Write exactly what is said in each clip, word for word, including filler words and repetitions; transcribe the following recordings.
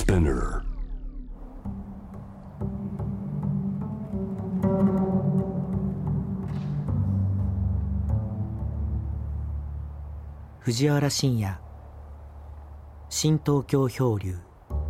Spinner. 藤原信也、新東京漂流。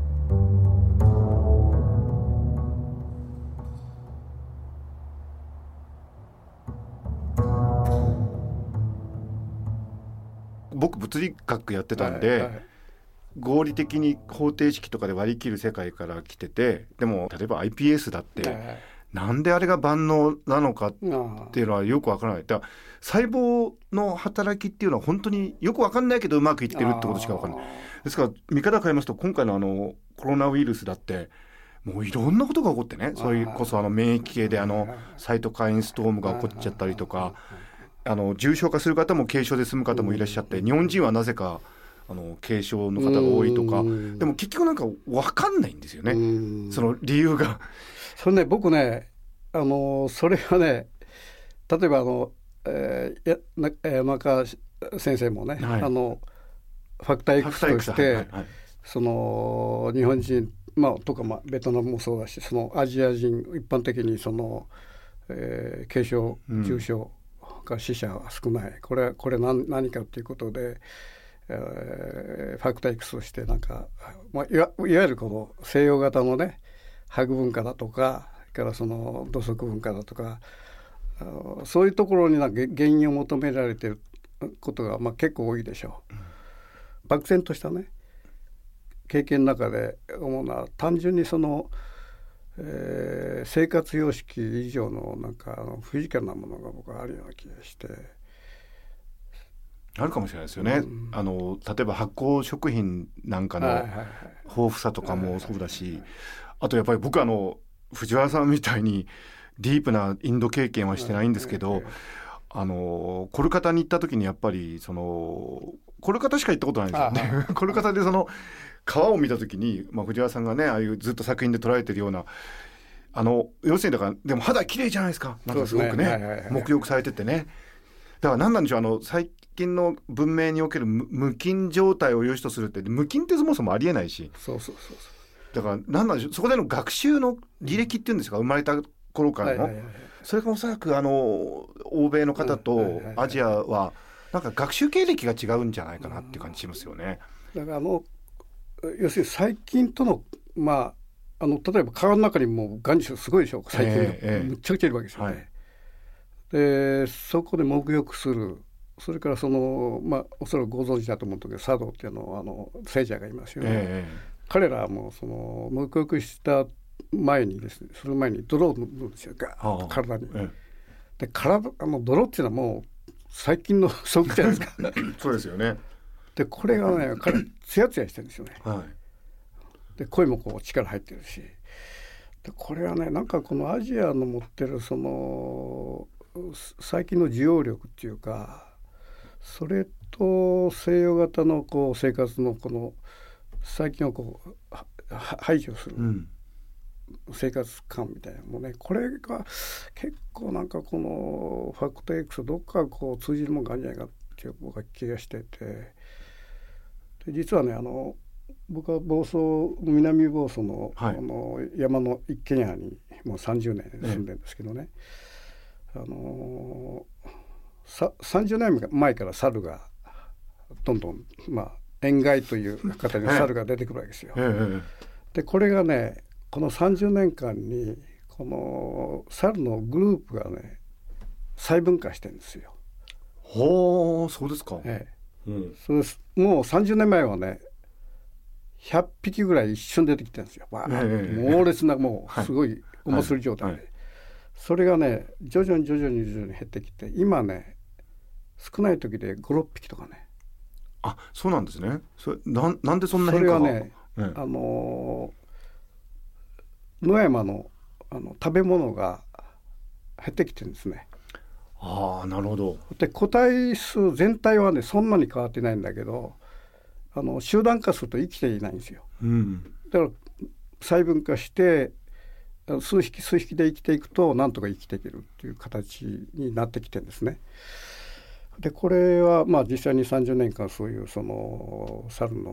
僕物理学やってたんで、はいはい、合理的に方程式とかで割り切る世界から来てて、でも例えば アイピーエス だって、はいはい、なんであれが万能なのかっていうのはよくわからない。だから細胞の働きっていうのは本当によくわかんないけどうまくいってるってことしかわかんない。ですから見方変えますと、今回のあのコロナウイルスだってもういろんなことが起こってね、それこそあの免疫系であのサイトカインストームが起こっちゃったりとか、あの重症化する方も軽症で済む方もいらっしゃって、日本人はなぜかあの軽症の方が多いとか、でも結局なんか分かんないんですよね、その理由が。 それね、僕ね、あのそれはね、例えばあの、えー、山川先生もね、はい、あのファクター X として、はいはいはい、その日本人、まあ、とか、まあ、ベトナムもそうだし、そのアジア人一般的にその、えー、軽症重症、うん、死者は少ない、これこれ 何, 何かということで、えー、ファクター X としてなんか、まあ、い, わいわゆるこの西洋型のね、白文化だとか、からその土足文化だとか、そういうところになんか原因を求められていることが、まあ、結構多いでしょう、うん、漠然としたね経験の中で思うのは、単純にそのえー、生活様式以上のなんかあのフィジカルなものが僕はあるような気がして、 あるかもしれないですよね、うん、あの例えば発酵食品なんかの豊富さとかもそうだし、あとやっぱり僕あの藤原さんみたいにディープなインド経験はしてないんですけど、あのコルカタに行った時にやっぱりそのコルカタしか行ったことないんですよね。コルカタでその川を見た時に、まあ、藤原さんがね、ああいうずっと作品で捉えてるような、あの要するにだからでも肌綺麗じゃないですか、なんかすごくね、はいはいはい、沐浴されててね。だから何なんでしょう、あの最近の文明における無菌状態を良しとするって、無菌ってそもそもありえないし、 そうそうそうそう、 だから何なんでしょう、そこでの学習の履歴っていうんですか、生まれた頃からの、はいはいはい、それがおそらくあの欧米の方とアジアはなんか学習経歴が違うんじゃないかなっていう感じしますよね。 だからあの要するに細菌との、まあ、あの例えば川の中にもガンジスすごいでしょ、細菌が、えーえー、むっちゃくちゃいるわけですよね、はい、でそこで沐浴する、それからその、まあ、おそらくご存知だと思うんだけど、茶道っていうのはあの聖者がいますよね、えー、彼らはもうその沐浴した前にですね、その前に泥を塗るんですよ、ガーッと体に、えー、で体あの泥っていうのはもう細菌の巣窟じゃないですかそうですよね。 でこれがね、彼ツヤツヤしてるんですよね、はい、で声もこう力入ってるし、でこれはね、なんかこのアジアの持ってるその最近の需要力っていうか、それと西洋型のこう生活のこの細菌をこう排除する生活感みたいなもうね、これが結構なんかこのファクター X どっかこう通じるものがあるんじゃないかっていう僕は気がしてて、で実はね、あの僕は房総南房総 の,、はい、あの山の一軒家にもうさんじゅうねん住んでるんですけどね、あのささんじゅうねんまえから猿がどんどん、まあ、塩害という形で猿が出てくるわけですよ、ええ、でこれがね、このさんじゅうねんかんにこの猿のグループがね細分化してるんですよ。 ほー、そうですか、 ええ、うん、そうです。もうさんじゅうねんまえはねひゃっぴきぐらい一瞬出てきてるんですよ、まあええ、猛烈なもうすごいお祭り状態で、はいはいはい、それがね徐々に徐々に徐々に減ってきて、今ね少ない時でご、ろっぴきとかね。 あ、そうなんですね。それ な, なんでそんな変化が。 それはね、ええ、あの野山 の, あの食べ物が減ってきてるんですね。 ああ、なるほど。 で個体数全体はねそんなに変わってないんだけど、あの集団化すると生きていないんですよ、うん、だから細分化して数匹数匹で生きていくとなんとか生きていけるっていう形になってきてるんですね。でこれはまあ実際にさんじゅうねんかんそういうその猿の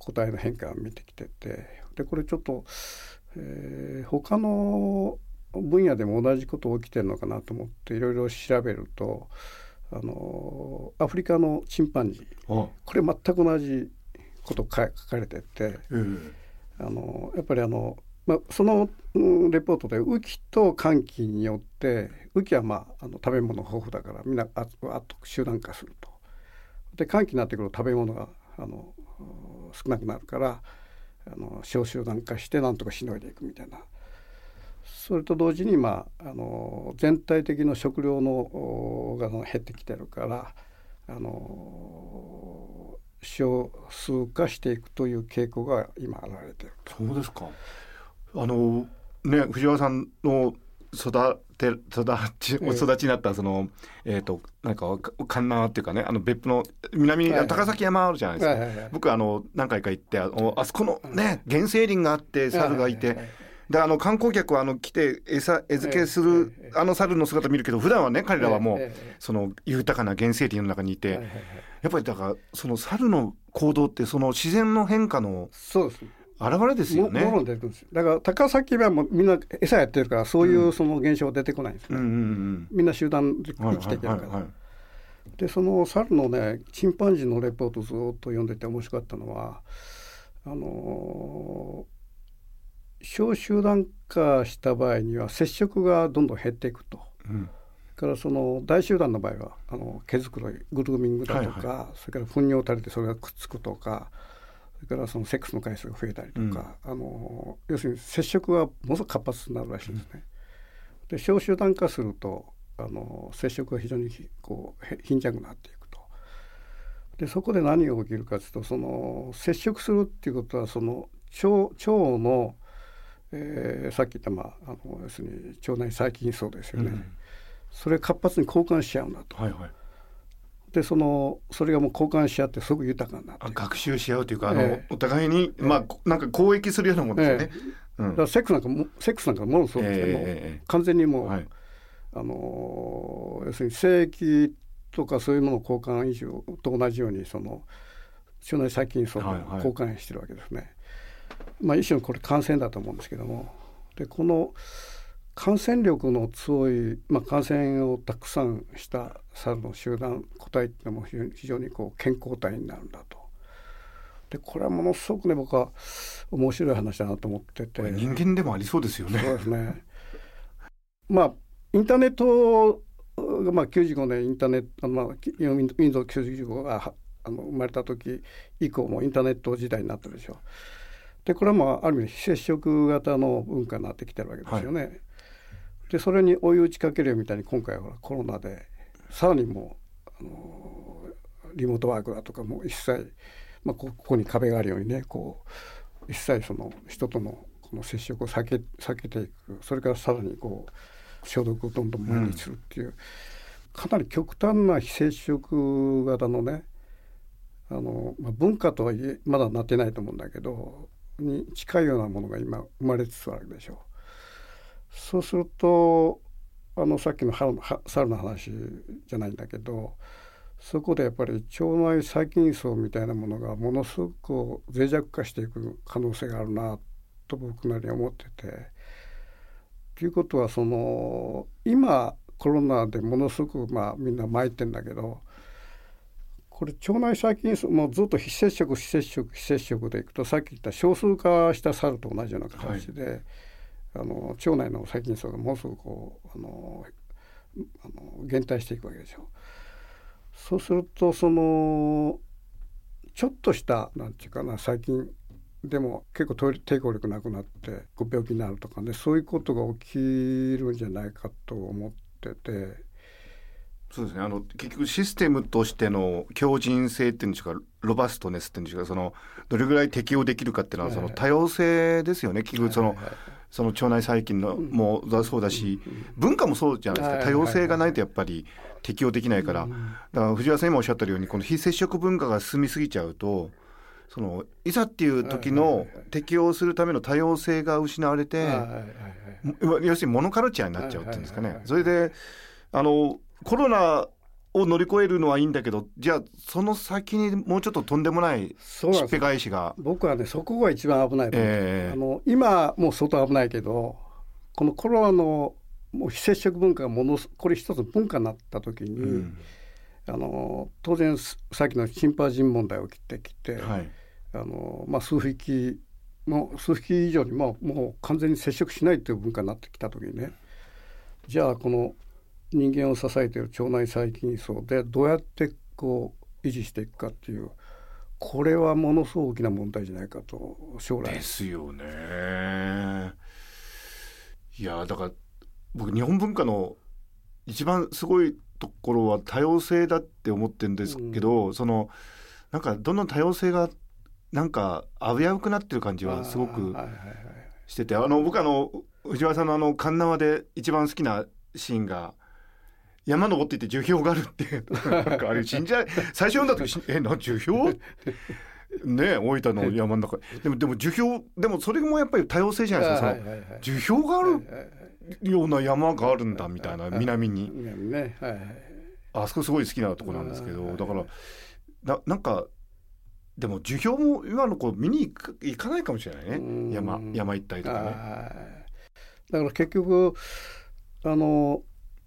個体の変化を見てきてて、でこれちょっと、えー、他の分野でも同じこと起きてるのかなと思っていろいろ調べると、あのアフリカのチンパンジー、これ全く同じこと書かれてて、うん、あのやっぱりあの、まあ、その、うん、レポートで雨季と乾季によって雨季は、まあ、あの食べ物豊富だからみんなあっと集団化すると。で乾季になってくると食べ物があの少なくなるからあの小集団化してなんとかしのいでいくみたいな。それと同時に、まあ、あの全体的な食料のが減ってきてるからあの少数化していくという傾向が今現れていると。 そうですか。あのね、藤原さんの育て育ちお育ちになったその、えー、となんか神奈っていうかね、あの別府の南に高崎山あるじゃないですか、はいはいはい、僕あの何回か行ってあのあそこのね原生林があって猿がいて、はいはいはい、であの観光客はあの来て餌餌付けする、えー、あの猿の姿見るけど普段はね彼らはもう、えー、その豊かな原生林の中にいて、はいはいはい、やっぱりだからその猿の行動ってその自然の変化のそうです現れですよね。 もろ出てくるんですよ。だから高崎はもうみんな餌やってるからそういうその現象が出てこないんですね、うんうんうん、みんな集団で生きていけるから、はいはいはいはい、でその猿のねチンパンジーのレポートをずっと読んでて面白かったのはあのー、小集団化した場合には接触がどんどん減っていくと、うん、からその大集団の場合はあの毛づくろいグルーミングだとか、はいはい、それから糞尿垂れてそれがくっつくとか、それからそのセックスの回数が増えたりとか、うん、あの要するに接触がものすごく活発になるらしいんですね、うん、で小集団化するとあの接触が非常にこう貧弱になっていくと。でそこで何が起きるかというとその接触するっていうことはその 腸, 腸の、えー、さっき言った、まあ、あの要するに腸内細菌層ですよね、うん、それ活発に交換しちゃうんだと、はいはい、でそのそれがもう交換し合ってすごく豊かになって、 学習し合うというかあの、えー、お互いに、えー、まあなんか交易するようなものですね、 えーうん、だからセックスなんかもセックスなんかものそうですけど、えー、完全にもう、はい、あの要するに精液とかそういうものを交換以上と同じようにその腸内細菌層を交換してるわけですね、はいはい、まあ一種のこれ感染だと思うんですけども、でこの感染力の強い、まあ、感染をたくさんした猿の集団個体っていうのも非常に、非常にこう健康体になるんだと。でこれはものすごくね僕は面白い話だなと思ってて、 人間でもありそうですよね。 そうですね。まあインターネットが、まあ、きゅうじゅうごねんインターネット、まあ、ウィンドウきゅうじゅうごがあの生まれた時以降もインターネット時代になったでしょう。でこれはまあある意味非接触型の文化になってきてるわけですよね、はい、でそれに追い打ちかけるみたいに今回はコロナでさらにもうあのリモートワークだとかもう一切、まあ、ここに壁があるようにねこう一切その人とのこの接触を避け、避けていく、それからさらにこう消毒をどんどん毎日するっていう、うん、かなり極端な非接触型のねあの、まあ、文化とはいえまだなってないと思うんだけどに近いようなものが今生まれつつあるでしょう。そうするとあのさっきの猿の話じゃないんだけど、そこでやっぱり腸内細菌層みたいなものがものすごくこう脆弱化していく可能性があるなと僕なりに思ってて、ということはその今コロナでものすごくまあみんな巻いてんだけど、これ腸内細菌層もうずっと非接触非接触非接触でいくとさっき言った少数化した猿と同じような形で、はい、あの腸内の細菌層がもうすぐこうあのあの減退していくわけでしょ。そうするとそのちょっとしたなんていうかな細菌でも結構抵抗力なくなってこう病気になるとかね、そういうことが起きるんじゃないかと思ってて。 そうですね、あの結局システムとしての強靭性っていうんでしょうか、ロバストネスっていうんでしょうか、そのどれぐらい適応できるかっていうのはその多様性ですよね。結局その、その腸内細菌のもそうだし、文化もそうじゃないですか。多様性がないとやっぱり適応できないから、だから藤原さん今おっしゃったようにこの非接触文化が進みすぎちゃうと、そのいざっていう時の適応するための多様性が失われて、要するにモノカルチャーになっちゃうっていうんですかね。それであのコロナを乗り越えるのはいいんだけど、じゃあその先にもうちょっととんでもないしっぺ返しが。 僕はねそこが一番危ないと思う、 えー、 あの今もう相当危ないけど、このコロナのもう非接触文化がものこれ一つ文化になった時に、うん、あの当然さっきのチンパンジー問題起きてきて、はい、あのまあ、数匹もう数匹以上に、まあ、もう完全に接触しないという文化になってきた時にね、じゃあこの人間を支えている腸内細菌層でどうやってこう維持していくかっていう、これはものすごく大きな問題じゃないかと将来。 ですよね。いやだから僕日本文化の一番すごいところは多様性だって思ってるんですけど、うん、そのなんかどんどん多様性がなんか危うくなってる感じはすごくしてて、あの僕あの藤原さんのあの鉄輪で一番好きなシーンが山登っていって樹氷があるっていうなんかあれ信じられ最初読んだ時えな樹氷ね、大分の山の中でもでも樹氷でもそれもやっぱり多様性じゃないですか。その樹氷があるような山があるんだみたいな、南に、 ね、はいはい、 あそこすごい好きなとこなんですけど、だからななんかでも樹氷も今の子見に行か、行かないかもしれないね、山山行ったりとかね。 だから結局あの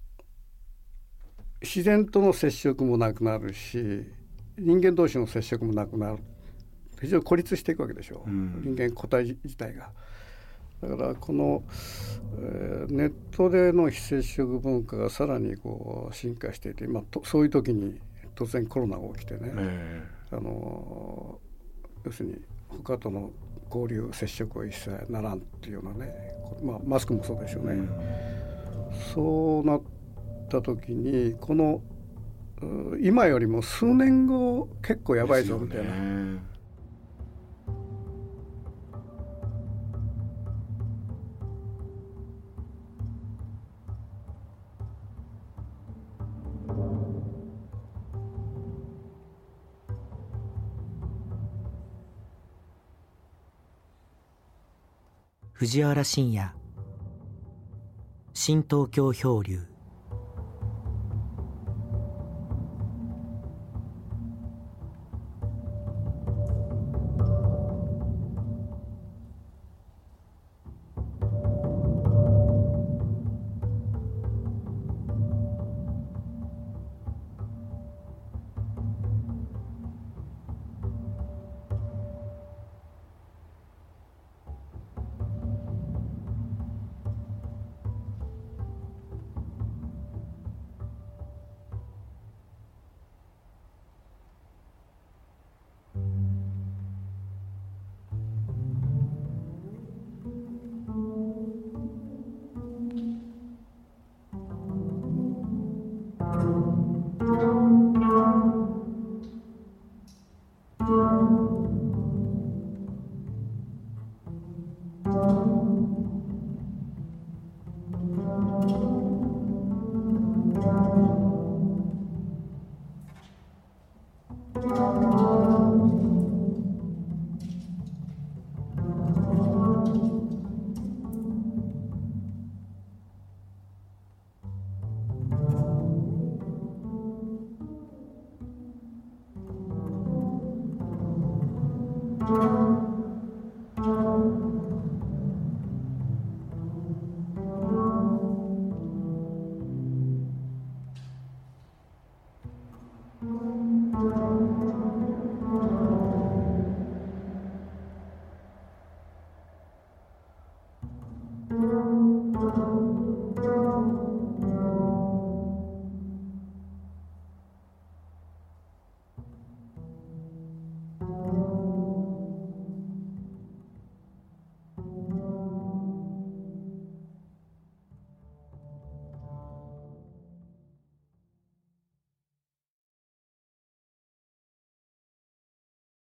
自然との接触もなくなるし、人間同士の接触もなくなる、非常に孤立していくわけでしょう、うん、人間個体自体が。だからこの、えー、ネットでの非接触文化がさらにこう進化していて、まあ、とそういう時に突然コロナが起きてね、えー、あの要するに他との交流接触は一切ならんっていうようなね、まあ、マスクもそうでしょうね、うん、そうなった時にこの今よりも数年後結構やばいぞみたいな、 藤原信也、新東京漂流。 うん